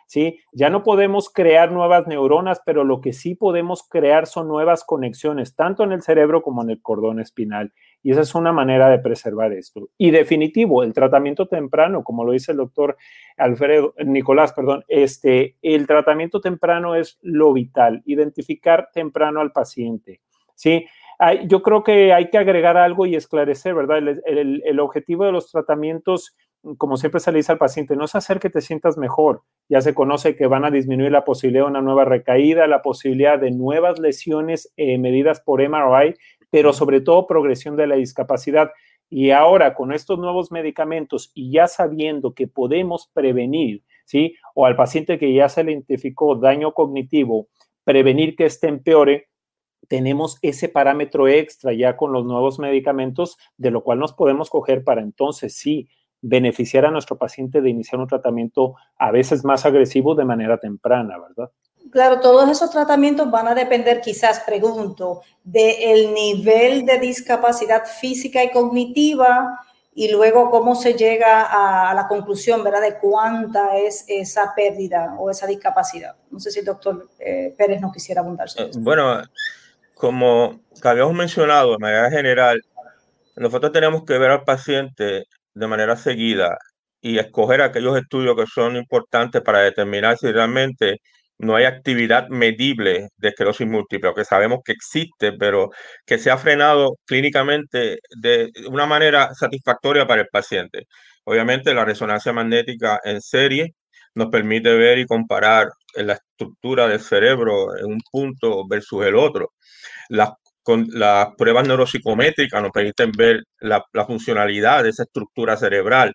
¿sí? Ya no podemos crear nuevas neuronas, pero lo que sí podemos crear son nuevas conexiones, tanto en el cerebro como en el cordón espinal. Y esa es una manera de preservar esto. Y definitivo, el tratamiento temprano, como lo dice el doctor Alfredo, Nicolás, perdón, este, el tratamiento temprano es lo vital, identificar temprano al paciente, ¿sí? Hay, yo creo que hay que agregar algo y esclarecer, ¿verdad? El, el, el objetivo de los tratamientos, como siempre se le dice al paciente, no es hacer que te sientas mejor. Ya se conoce que van a disminuir la posibilidad de una nueva recaída, la posibilidad de nuevas lesiones eh, medidas por M R I, pero sobre todo progresión de la discapacidad. Y ahora con estos nuevos medicamentos y ya sabiendo que podemos prevenir, ¿sí? O al paciente que ya se le identificó daño cognitivo, prevenir que este empeore, tenemos ese parámetro extra ya con los nuevos medicamentos, de lo cual nos podemos coger para entonces sí beneficiar a nuestro paciente de iniciar un tratamiento a veces más agresivo de manera temprana, ¿verdad? Claro, todos esos tratamientos van a depender, quizás, pregunto, del nivel de discapacidad física y cognitiva y luego cómo se llega a la conclusión, ¿verdad?, de cuánta es esa pérdida o esa discapacidad. No sé si el doctor eh, Pérez nos quisiera abundar sobre esto. Bueno, como habíamos mencionado, de manera general, nosotros tenemos que ver al paciente de manera seguida y escoger aquellos estudios que son importantes para determinar si realmente no hay actividad medible de esclerosis múltiple, que sabemos que existe, pero que se ha frenado clínicamente de una manera satisfactoria para el paciente. Obviamente, la resonancia magnética en serie nos permite ver y comparar la estructura del cerebro en un punto versus el otro. Las con las pruebas neuropsicométricas nos permiten ver la, la funcionalidad de esa estructura cerebral.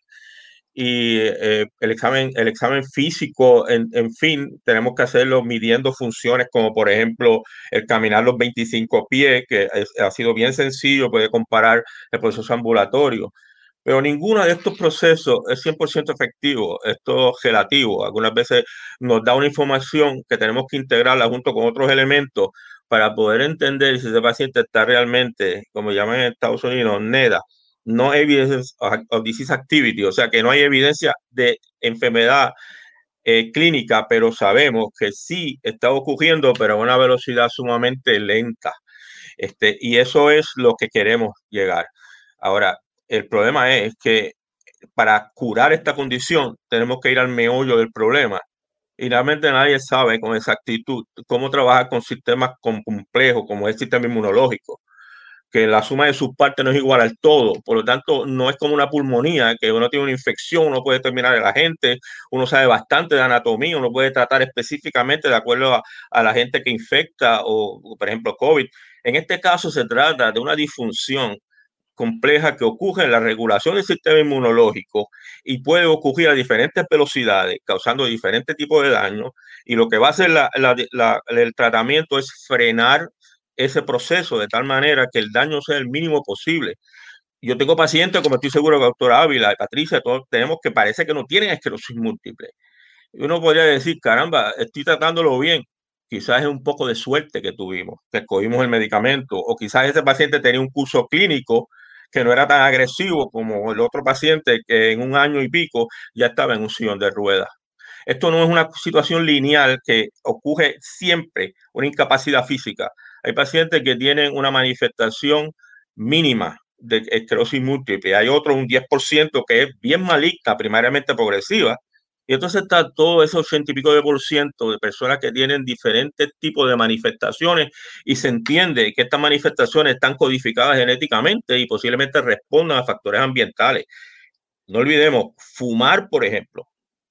Y eh, el, examen, el examen físico, en, en fin, tenemos que hacerlo midiendo funciones como, por ejemplo, el caminar los veinticinco pies, que es, ha sido bien sencillo, puede comparar el proceso ambulatorio. Pero ninguno de estos procesos es cien por ciento efectivo, esto es relativo. Algunas veces nos da una información que tenemos que integrarla junto con otros elementos para poder entender si ese paciente está realmente, como llaman en Estados Unidos, NEDA, no evidence of disease activity, o sea que no hay evidencia de enfermedad eh, clínica, pero sabemos que sí está ocurriendo, pero a una velocidad sumamente lenta. Este, y eso es lo que queremos llegar. Ahora, el problema es que para curar esta condición tenemos que ir al meollo del problema. Y realmente nadie sabe con exactitud cómo trabajar con sistemas complejos como el sistema inmunológico, que la suma de sus partes no es igual al todo. Por lo tanto, no es como una pulmonía, que uno tiene una infección, uno puede determinar el agente, uno sabe bastante de anatomía, uno puede tratar específicamente de acuerdo a, a la gente que infecta o, por ejemplo, COVID. En este caso se trata de una disfunción compleja que ocurre en la regulación del sistema inmunológico y puede ocurrir a diferentes velocidades, causando diferentes tipos de daño. Y lo que va a hacer la, la, la, el tratamiento es frenar ese proceso de tal manera que el daño sea el mínimo posible. Yo tengo pacientes, como estoy seguro que la doctora Ávila y Patricia, todos tenemos que parece que no tienen esclerosis múltiple. Y uno podría decir, caramba, estoy tratándolo bien. Quizás es un poco de suerte que tuvimos, que escogimos el medicamento, o quizás ese paciente tenía un curso clínico que no era tan agresivo como el otro paciente que en un año y pico ya estaba en un sillón de ruedas. Esto no es una situación lineal que ocurre siempre, una incapacidad física. Hay pacientes que tienen una manifestación mínima de esclerosis múltiple. Hay otro, un diez por ciento, que es bien maligna, primariamente progresiva. Y entonces está todo ese ochenta y pico de por ciento de personas que tienen diferentes tipos de manifestaciones y se entiende que estas manifestaciones están codificadas genéticamente y posiblemente respondan a factores ambientales. No olvidemos, fumar, por ejemplo,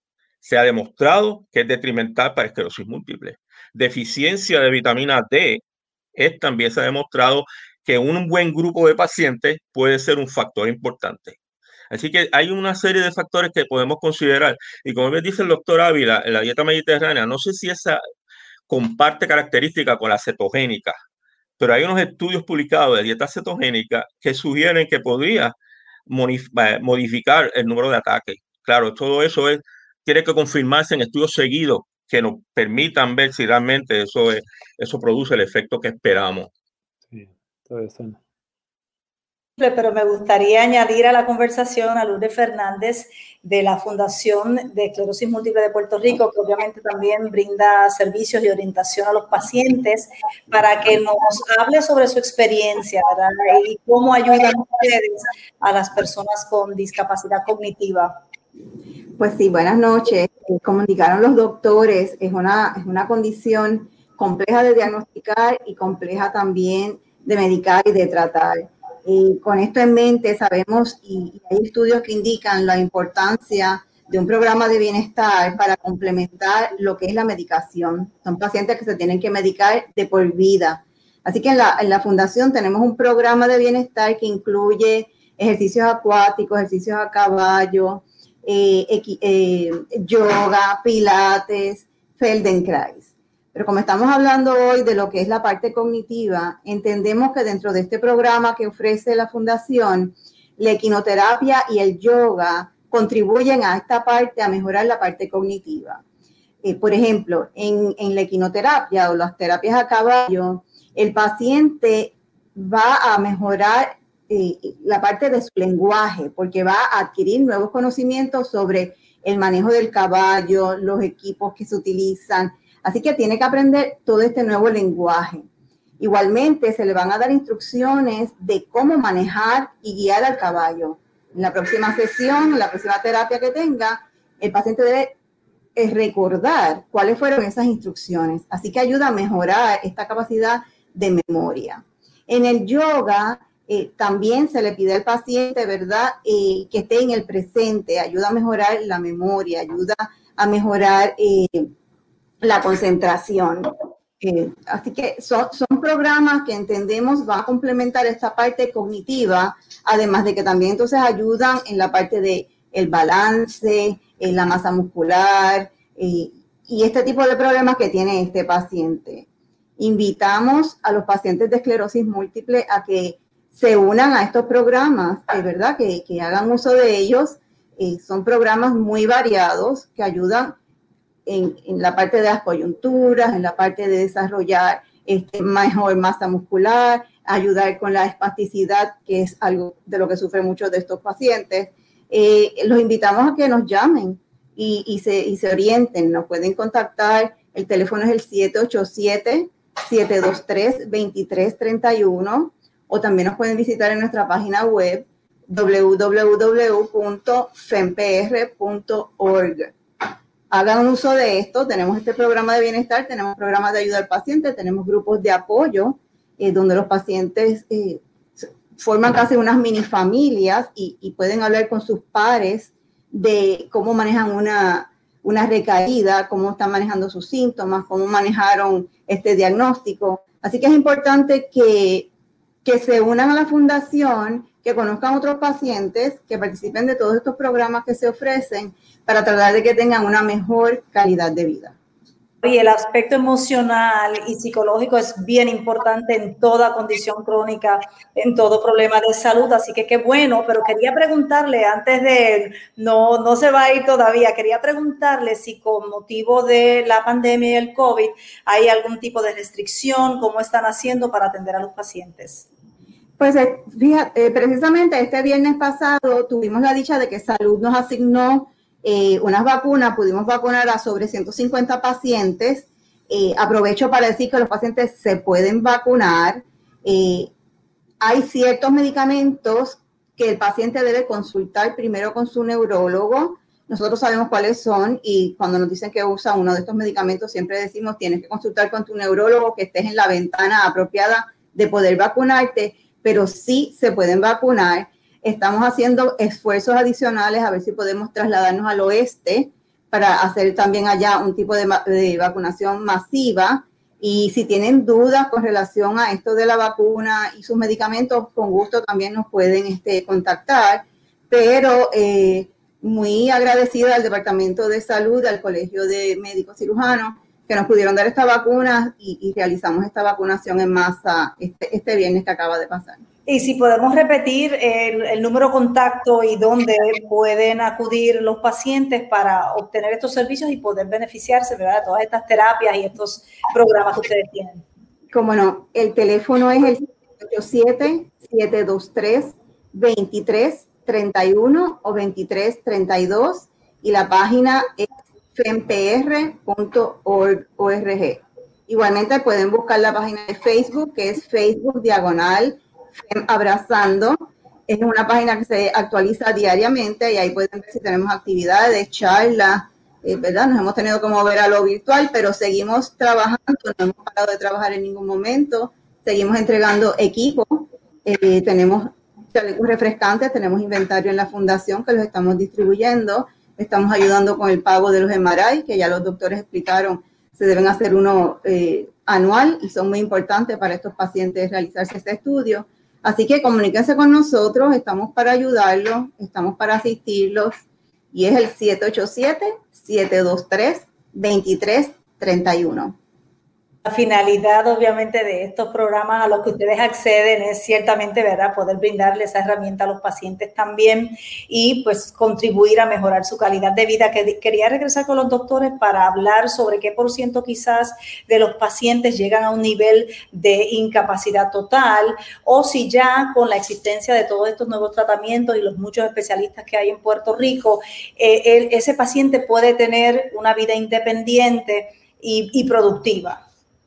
se ha demostrado que es detrimental para esclerosis múltiple. Deficiencia de vitamina D es, también se ha demostrado que un buen grupo de pacientes puede ser un factor importante. Así que hay una serie de factores que podemos considerar. Y como me dice el doctor Ávila, en la dieta mediterránea, no sé si esa comparte características con la cetogénica, pero hay unos estudios publicados de dieta cetogénica que sugieren que podría modificar el número de ataques. Claro, todo eso es, tiene que confirmarse en estudios seguidos que nos permitan ver si realmente eso, es, eso produce el efecto que esperamos. Sí, todo eso. pero me gustaría añadir a la conversación a Lourdes Fernández de la Fundación de Esclerosis Múltiple de Puerto Rico, que obviamente también brinda servicios y orientación a los pacientes, para que nos hable sobre su experiencia, ¿verdad? Y cómo ayudan ustedes a las personas con discapacidad cognitiva. Pues sí, buenas noches. Como indicaron los doctores, es una, es una condición compleja de diagnosticar y compleja también de medicar y de tratar. Y con esto en mente sabemos, y hay estudios que indican la importancia de un programa de bienestar para complementar lo que es la medicación. Son pacientes que se tienen que medicar de por vida. Así que en la, en la fundación tenemos un programa de bienestar que incluye ejercicios acuáticos, ejercicios a caballo, eh, eh, yoga, pilates, Feldenkrais. Pero como estamos hablando hoy de lo que es la parte cognitiva, entendemos que dentro de este programa que ofrece la Fundación, la equinoterapia y el yoga contribuyen a esta parte, a mejorar la parte cognitiva. Eh, por ejemplo, en, en la equinoterapia o las terapias a caballo, el paciente va a mejorar eh, la parte de su lenguaje, porque va a adquirir nuevos conocimientos sobre el manejo del caballo, los equipos que se utilizan. Así que tiene que aprender todo este nuevo lenguaje. Igualmente, se le van a dar instrucciones de cómo manejar y guiar al caballo. En la próxima sesión, en la próxima terapia que tenga, el paciente debe recordar cuáles fueron esas instrucciones. Así que ayuda a mejorar esta capacidad de memoria. En el yoga, eh, también se le pide al paciente, ¿verdad?, eh, que esté en el presente. Ayuda a mejorar la memoria, ayuda a mejorar eh, la concentración. Eh, así que son, son programas que entendemos van a complementar esta parte cognitiva, además de que también entonces ayudan en la parte de el balance, en la masa muscular eh, y este tipo de problemas que tiene este paciente. Invitamos a los pacientes de esclerosis múltiple a que se unan a estos programas, es verdad, que, que hagan uso de ellos. Eh, son programas muy variados que ayudan En, en la parte de las coyunturas, en la parte de desarrollar este, mejor masa muscular, ayudar con la espasticidad, que es algo de lo que sufren muchos de estos pacientes. Eh, los invitamos a que nos llamen y, y, se, y se orienten. Nos pueden contactar. El teléfono es el siete ocho siete, siete dos tres, dos tres tres uno o también nos pueden visitar en nuestra página web w w w punto fempr punto org. Hagan uso de esto. Tenemos este programa de bienestar, tenemos programas de ayuda al paciente, tenemos grupos de apoyo eh, donde los pacientes eh, forman casi unas mini familias y, y pueden hablar con sus pares de cómo manejan una, una recaída, cómo están manejando sus síntomas, cómo manejaron este diagnóstico. Así que es importante que, que se unan a la fundación, que conozcan otros pacientes, que participen de todos estos programas que se ofrecen para tratar de que tengan una mejor calidad de vida. Y el aspecto emocional y psicológico es bien importante en toda condición crónica, en todo problema de salud, así que qué bueno, pero quería preguntarle antes de, no, no se va a ir todavía, quería preguntarle si con motivo de la pandemia y el COVID hay algún tipo de restricción, cómo están haciendo para atender a los pacientes. Pues fíjate, eh, precisamente este viernes pasado tuvimos la dicha de que Salud nos asignó eh, unas vacunas, pudimos vacunar a sobre ciento cincuenta pacientes. Eh, aprovecho para decir que los pacientes se pueden vacunar. Eh, hay ciertos medicamentos que el paciente debe consultar primero con su neurólogo. Nosotros sabemos cuáles son y cuando nos dicen que usa uno de estos medicamentos siempre decimos tienes que consultar con tu neurólogo, que estés en la ventana apropiada de poder vacunarte, pero sí se pueden vacunar. Estamos haciendo esfuerzos adicionales a ver si podemos trasladarnos al oeste para hacer también allá un tipo de, de vacunación masiva. Y si tienen dudas con relación a esto de la vacuna y sus medicamentos, con gusto también nos pueden este, contactar. Pero eh, muy agradecida al Departamento de Salud, al Colegio de Médicos Cirujanos, que nos pudieron dar esta vacuna y, y realizamos esta vacunación en masa este, este viernes que acaba de pasar. Y si podemos repetir el, el número de contacto y dónde pueden acudir los pacientes para obtener estos servicios y poder beneficiarse, ¿verdad?, de todas estas terapias y estos programas que ustedes tienen. Cómo no, el teléfono es el siete ocho siete, siete dos tres, veintitrés treinta y uno o veintitrés treinta y dos y la página es fempr punto org. Igualmente pueden buscar la página de Facebook, que es Facebook diagonal Fem Abrazando. Es una página que se actualiza diariamente y ahí pueden ver si tenemos actividades, charlas, eh, ¿verdad? Nos hemos tenido que mover a lo virtual, pero seguimos trabajando, no hemos parado de trabajar en ningún momento, seguimos entregando equipo, eh, tenemos chalecos refrescantes, tenemos inventario en la fundación que los estamos distribuyendo, estamos ayudando con el pago de los M R I, que ya los doctores explicaron, se deben hacer uno eh, anual y son muy importantes para estos pacientes realizarse este estudio. Así que comuníquense con nosotros, estamos para ayudarlos, estamos para asistirlos y es el siete ocho siete, siete dos tres, dos tres tres uno. La finalidad, obviamente, de estos programas a los que ustedes acceden es ciertamente, ¿verdad?, poder brindarle esa herramienta a los pacientes también y, pues, contribuir a mejorar su calidad de vida. Quería regresar con los doctores para hablar sobre qué por ciento quizás de los pacientes llegan a un nivel de incapacidad total o si ya con la existencia de todos estos nuevos tratamientos y los muchos especialistas que hay en Puerto Rico, eh, el, ese paciente puede tener una vida independiente y, y productiva.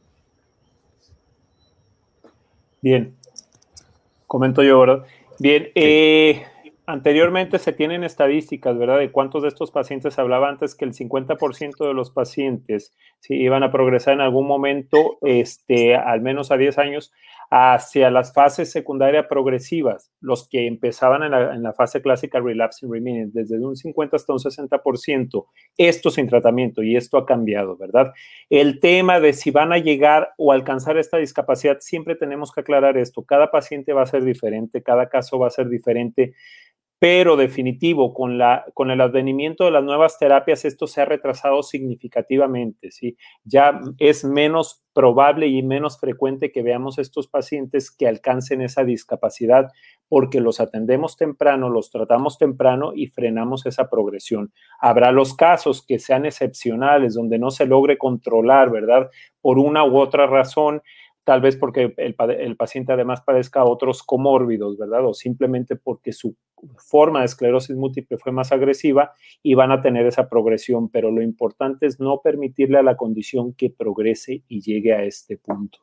Bien, comento yo, ¿verdad? Bien, eh, anteriormente se tienen estadísticas, ¿verdad? De cuántos de estos pacientes, hablaba antes que el cincuenta por ciento de los pacientes sí, iban a progresar en algún momento, este, al menos a diez años, hacia las fases secundarias progresivas, los que empezaban en la, en la fase clásica relapsing remitting, desde un cincuenta hasta un sesenta por ciento, esto sin tratamiento, y esto ha cambiado, ¿verdad? El tema de si van a llegar o alcanzar esta discapacidad, siempre tenemos que aclarar esto, cada paciente va a ser diferente, cada caso va a ser diferente, pero definitivo, con, la, con el advenimiento de las nuevas terapias, esto se ha retrasado significativamente, ¿sí? Ya es menos probable y menos frecuente que veamos estos pacientes que alcancen esa discapacidad porque los atendemos temprano, los tratamos temprano y frenamos esa progresión. Habrá los casos que sean excepcionales, donde no se logre controlar, ¿verdad? Por una u otra razón, tal vez porque el, el paciente además padezca otros comórbidos, ¿verdad? O simplemente porque su forma de esclerosis múltiple fue más agresiva y van a tener esa progresión, pero lo importante es no permitirle a la condición que progrese y llegue a este punto.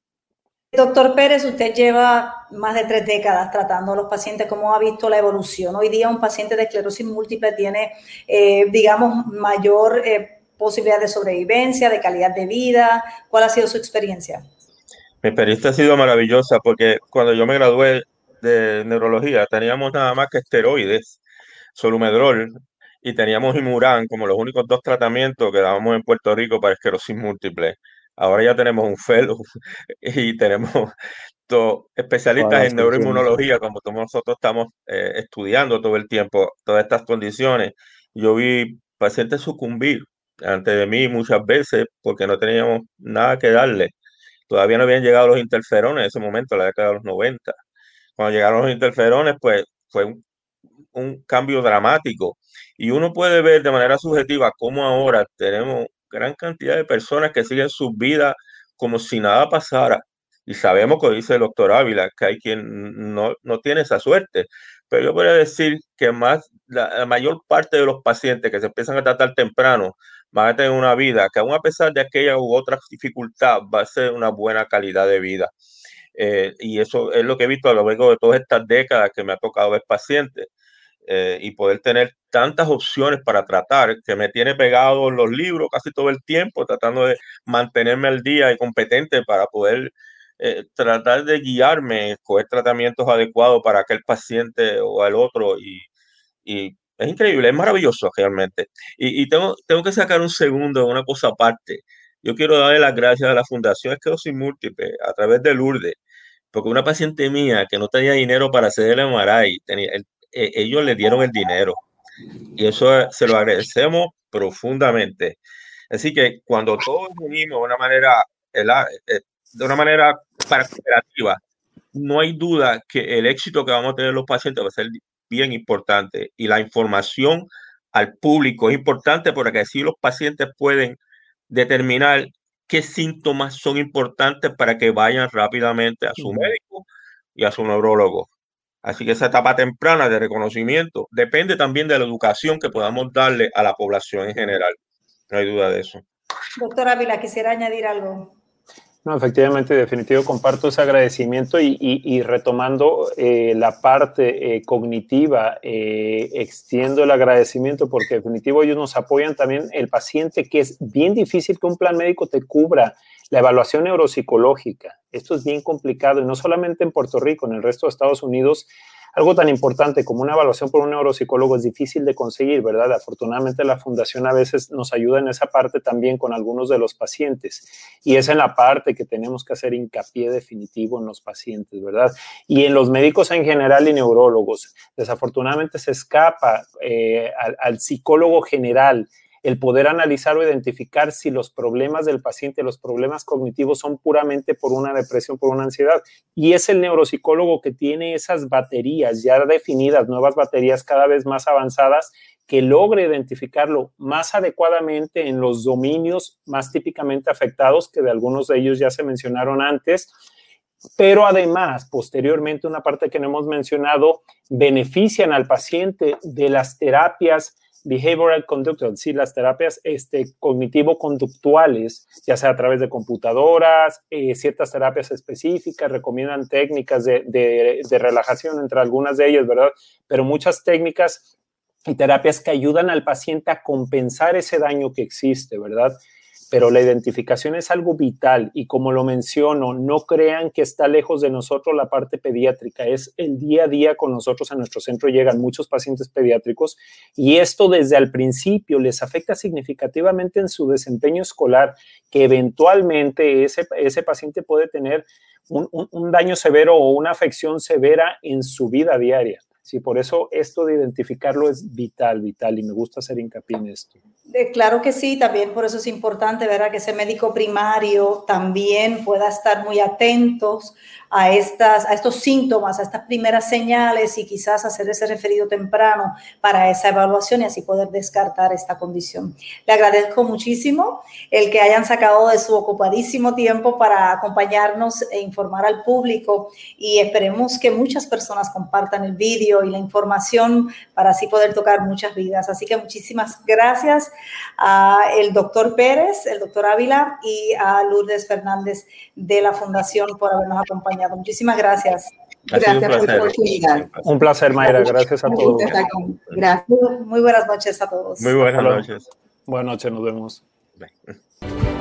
Doctor Pérez, usted lleva más de tres décadas tratando a los pacientes. ¿Cómo ha visto la evolución? Hoy día un paciente de esclerosis múltiple tiene, eh, digamos, mayor eh, posibilidad de sobrevivencia, de calidad de vida. ¿Cuál ha sido su experiencia? Mi experiencia ha sido maravillosa porque cuando yo me gradué de neurología teníamos nada más que esteroides, Solumedrol, y teníamos Imuran como los únicos dos tratamientos que dábamos en Puerto Rico para esclerosis múltiple. Ahora ya tenemos un fellow y tenemos dos especialistas en neuroinmunología, como todos nosotros estamos eh, estudiando todo el tiempo todas estas condiciones. Yo vi pacientes sucumbir antes de mí muchas veces porque no teníamos nada que darle. Todavía no habían llegado los interferones en ese momento, en la década de los noventa. Cuando llegaron los interferones, pues fue un, un cambio dramático. Y uno puede ver de manera subjetiva cómo ahora tenemos gran cantidad de personas que siguen sus vidas como si nada pasara. Y sabemos, como dice el doctor Ávila, que hay quien no, no tiene esa suerte. Pero yo podría decir que más la, la mayor parte de los pacientes que se empiezan a tratar temprano van a tener una vida que aún a pesar de aquella u otra dificultad va a ser una buena calidad de vida. Eh, y eso es lo que he visto a lo largo de todas estas décadas que me ha tocado ver pacientes eh, y poder tener tantas opciones para tratar que me tiene pegado en los libros casi todo el tiempo tratando de mantenerme al día y competente para poder eh, tratar de guiarme, escoger tratamientos adecuados para aquel paciente o el otro y, y es increíble, es maravilloso realmente. Y, y tengo, tengo que sacar un segundo, una cosa aparte. Yo quiero darle las gracias a la Fundación Esclerosis Múltiple a través de Lourdes, porque una paciente mía que no tenía dinero para hacer el M R I, tenía, el, eh, ellos le dieron el dinero. Y eso se lo agradecemos profundamente. Así que cuando todos unimos de una manera, de una manera cooperativa, no hay duda que el éxito que vamos a tener los pacientes va a ser bien importante y la información al público es importante porque así los pacientes pueden determinar qué síntomas son importantes para que vayan rápidamente a su médico y a su neurólogo. Así que esa etapa temprana de reconocimiento depende también de la educación que podamos darle a la población en general. No hay duda de eso. Doctor Ávila, quisiera añadir algo. No, efectivamente, definitivo, comparto ese agradecimiento y, y, y retomando eh, la parte eh, cognitiva, eh, extiendo el agradecimiento porque definitivo ellos nos apoyan también el paciente, que es bien difícil que un plan médico te cubra la evaluación neuropsicológica. Esto es bien complicado y no solamente en Puerto Rico, en el resto de Estados Unidos. Algo tan importante como una evaluación por un neuropsicólogo es difícil de conseguir, ¿verdad? Afortunadamente la fundación a veces nos ayuda en esa parte también con algunos de los pacientes y es en la parte que tenemos que hacer hincapié definitivo en los pacientes, ¿verdad? Y en los médicos en general y neurólogos. Desafortunadamente se escapa eh, al, al psicólogo general el poder analizar o identificar si los problemas del paciente, los problemas cognitivos son puramente por una depresión, por una ansiedad. Y es el neuropsicólogo que tiene esas baterías ya definidas, nuevas baterías cada vez más avanzadas, que logre identificarlo más adecuadamente en los dominios más típicamente afectados, que de algunos de ellos ya se mencionaron antes. Pero además, posteriormente, una parte que no hemos mencionado, benefician al paciente de las terapias behavioral conductual, sí, las terapias este, cognitivo-conductuales, ya sea a través de computadoras, eh, ciertas terapias específicas, recomiendan técnicas de, de, de relajación, entre algunas de ellas, ¿verdad? Pero muchas técnicas y terapias que ayudan al paciente a compensar ese daño que existe, ¿verdad? Pero la identificación es algo vital y como lo menciono, no crean que está lejos de nosotros la parte pediátrica, es el día a día con nosotros. En nuestro centro llegan muchos pacientes pediátricos y esto desde el principio les afecta significativamente en su desempeño escolar, que eventualmente ese, ese paciente puede tener un, un, un daño severo o una afección severa en su vida diaria. Sí, por eso esto de identificarlo es vital, vital, y me gusta hacer hincapié en esto. De, claro que sí, también por eso es importante, ¿verdad?, que ese médico primario también pueda estar muy atentos a, estas, a estos síntomas, a estas primeras señales y quizás hacer ese referido temprano para esa evaluación y así poder descartar esta condición. Le agradezco muchísimo el que hayan sacado de su ocupadísimo tiempo para acompañarnos e informar al público y esperemos que muchas personas compartan el vídeo y la información para así poder tocar muchas vidas. Así que muchísimas gracias a el doctor Pérez, el doctor Ávila y a Lourdes Fernández de la Fundación por habernos acompañado. Muchísimas gracias. Gracias por la oportunidad. Un placer, Mayra. Gracias a todos. Gracias. Muy buenas noches a todos. Muy buenas noches. Buenas noches, nos vemos. Bye.